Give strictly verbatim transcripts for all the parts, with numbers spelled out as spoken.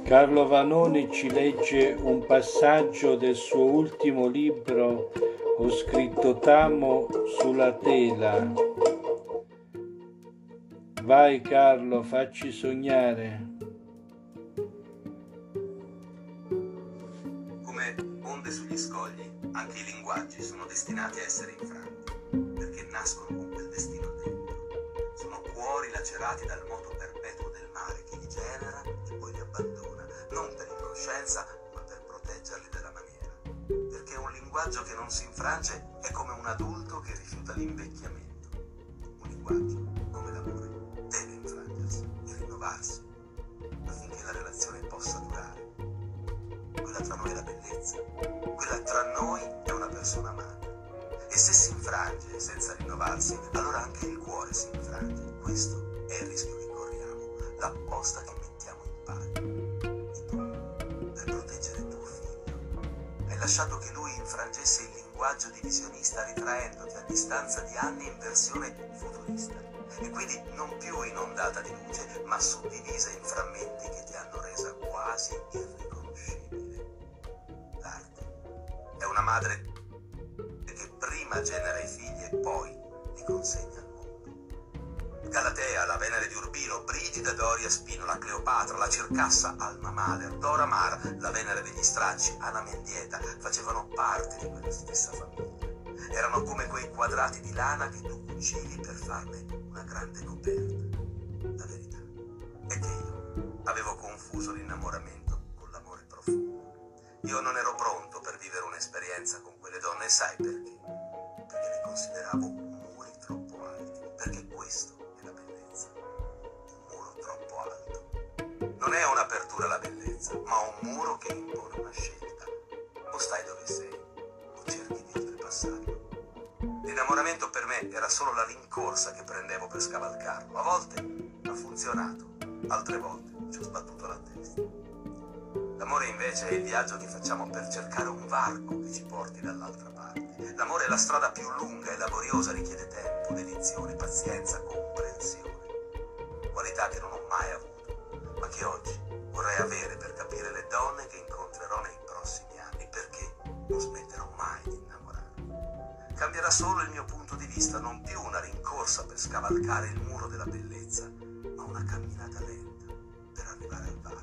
Carlo Vanoni ci legge un passaggio del suo ultimo libro, Ho scritto t'amo sulla tela. Vai Carlo, facci sognare. Come onde sugli scogli, anche i linguaggi sono destinati a essere infranti, perché nascono con quel destino dentro. Sono cuori lacerati dal moto perpetuo del mare che li genera e poi li abbandona, non per incoscienza, ma per proteggerli dalla maniera. Perché un linguaggio che non si infrange è come un adulto che rifiuta l'invecchiamento. Un linguaggio, come l'amore, deve infrangersi e rinnovarsi, affinché la relazione possa durare. Quella tra noi è la bellezza, quella tra noi è una persona amata. E se si infrange senza rinnovarsi, allora anche il cuore si infrange. Questo è il rischio che corriamo, l'apposta che mettiamo in palio. E tu, per proteggere tuo figlio, hai lasciato che lui infrangesse il linguaggio divisionista, ritraendoti a distanza di anni in versione futurista. E quindi non più inondata di luce, ma suddivisa in frammenti che ti hanno resa quasi irriconoscibile. L'arte è una madre che prima genera i figli e poi li consegna al mondo. Galatea, la Venere di Urbino, Brigida, Doria, Spinola, Cleopatra, la Circassa, Alma Mater, Dora Maar, la Venere degli Stracci, Anna Mendieta, facevano parte di quella stessa famiglia. Erano come quei quadrati di lana che tu cucivi per farne una grande coperta. La verità è che io avevo confuso l'innamoramento con l'amore profondo. Io non ero pronto per vivere un'esperienza con quelle donne, e sai perché? Perché le consideravo muri troppo alti, perché questo è la bellezza, un muro troppo alto. Non è un'apertura la bellezza, ma un muro che impone una scelta. O stai dove sei, o cerchi di oltrepassarlo. L'innamoramento per me era solo la rincorsa che prendevo per scavalcarlo. A volte ha funzionato, altre volte ci ho sbattuto la testa. L'amore invece è il viaggio che facciamo per cercare un varco che ci porti dall'altra parte. L'amore è la strada più lunga e laboriosa, richiede tempo, dedizione, pazienza, comprensione. Qualità che non ho mai avuto, ma che oggi vorrei avere per capire le donne che incontrerò nei prossimi anni, perché non smetterò mai di innamorarmi. Cambierà solo il mio punto di vista, non più una rincorsa per scavalcare il muro della bellezza, ma una camminata lenta per arrivare al varco.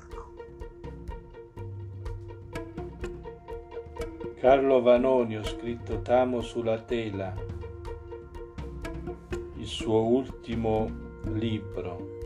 Carlo Vanoni, Ho scritto t'amo sulla tela, il suo ultimo libro.